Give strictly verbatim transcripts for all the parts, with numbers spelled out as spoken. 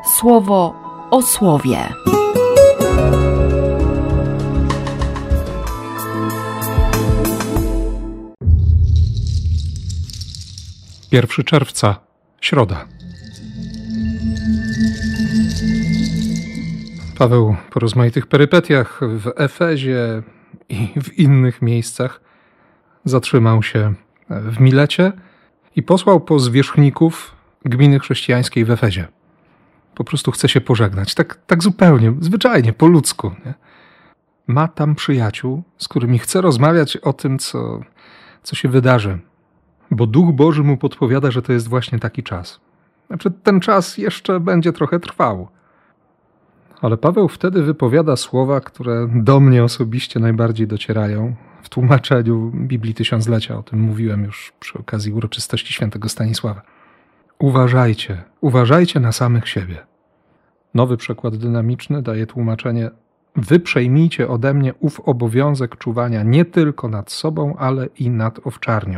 Słowo o słowie. pierwszego czerwca, środa. Paweł po rozmaitych perypetiach w Efezie i w innych miejscach zatrzymał się w Milecie i posłał po zwierzchników gminy chrześcijańskiej w Efezie. Po prostu chce się pożegnać, tak, tak zupełnie, zwyczajnie, po ludzku. Nie? Ma tam przyjaciół, z którymi chce rozmawiać o tym, co, co się wydarzy. Bo Duch Boży mu podpowiada, że to jest właśnie taki czas. Znaczy, ten czas jeszcze będzie trochę trwał. Ale Paweł wtedy wypowiada słowa, które do mnie osobiście najbardziej docierają. W tłumaczeniu Biblii Tysiąclecia, o tym mówiłem już przy okazji uroczystości świętego Stanisława. Uważajcie, uważajcie na samych siebie. Nowy przekład dynamiczny daje tłumaczenie: wy przejmijcie ode mnie ów obowiązek czuwania nie tylko nad sobą, ale i nad owczarnią.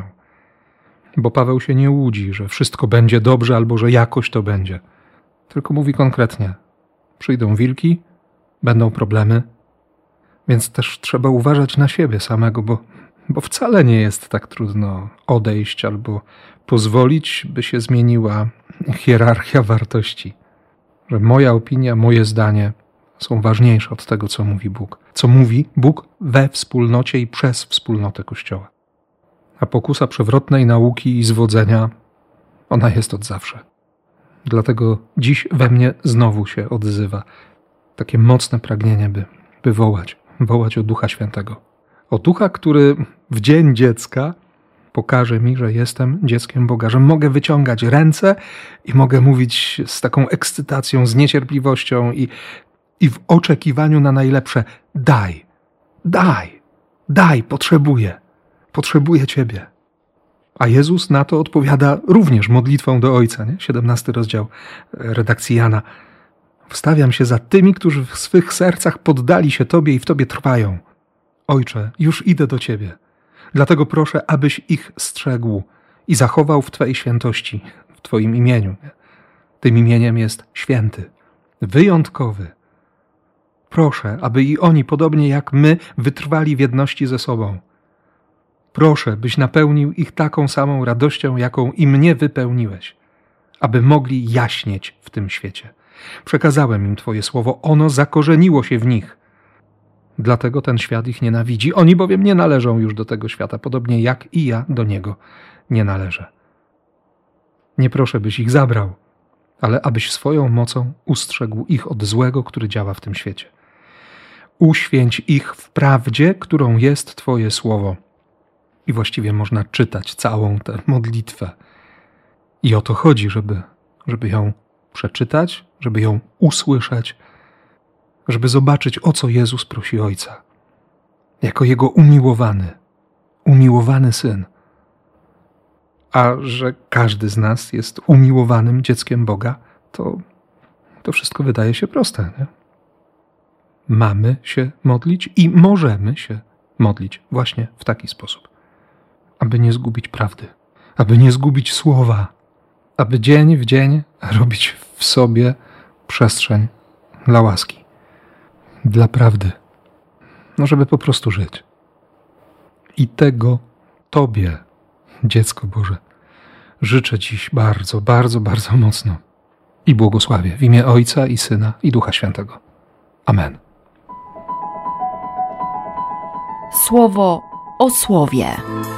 Bo Paweł się nie łudzi, że wszystko będzie dobrze albo że jakoś to będzie. Tylko mówi konkretnie: przyjdą wilki, będą problemy, więc też trzeba uważać na siebie samego, bo, bo wcale nie jest tak trudno odejść albo pozwolić, by się zmieniła hierarchia wartości. Że moja opinia, moje zdanie są ważniejsze od tego, co mówi Bóg. Co mówi Bóg we wspólnocie i przez wspólnotę Kościoła. A pokusa przewrotnej nauki i zwodzenia, ona jest od zawsze. Dlatego dziś we mnie znowu się odzywa takie mocne pragnienie, by, by wołać, wołać o Ducha Świętego. O Ducha, który w dzień dziecka pokaże mi, że jestem dzieckiem Boga, że mogę wyciągać ręce i mogę mówić z taką ekscytacją, z niecierpliwością i, i w oczekiwaniu na najlepsze: daj, daj, daj, potrzebuję, potrzebuję Ciebie. A Jezus na to odpowiada również modlitwą do Ojca, nie? siedemnasty rozdział redakcji Jana. Wstawiam się za tymi, którzy w swych sercach poddali się Tobie i w Tobie trwają. Ojcze, już idę do Ciebie. Dlatego proszę, abyś ich strzegł i zachował w Twojej świętości, w Twoim imieniu. Nie? Tym imieniem jest święty, wyjątkowy. Proszę, aby i oni, podobnie jak my, wytrwali w jedności ze sobą. Proszę, byś napełnił ich taką samą radością, jaką i mnie wypełniłeś, aby mogli jaśnieć w tym świecie. Przekazałem im Twoje słowo, ono zakorzeniło się w nich. Dlatego ten świat ich nienawidzi. Oni bowiem nie należą już do tego świata, podobnie jak i ja do niego nie należę. Nie proszę, byś ich zabrał, ale abyś swoją mocą ustrzegł ich od złego, który działa w tym świecie. Uświęć ich w prawdzie, którą jest Twoje słowo. I właściwie można czytać całą tę modlitwę. I o to chodzi, żeby, żeby ją przeczytać, żeby ją usłyszeć, żeby zobaczyć, o co Jezus prosi Ojca. Jako Jego umiłowany, umiłowany Syn. A że każdy z nas jest umiłowanym dzieckiem Boga, to, to wszystko wydaje się proste, nie? Mamy się modlić i możemy się modlić właśnie w taki sposób. Aby nie zgubić prawdy, aby nie zgubić słowa, aby dzień w dzień robić w sobie przestrzeń dla łaski, dla prawdy, no żeby po prostu żyć. I tego Tobie, dziecko Boże, życzę dziś bardzo, bardzo, bardzo mocno i błogosławię w imię Ojca i Syna i Ducha Świętego. Amen. Słowo o słowie.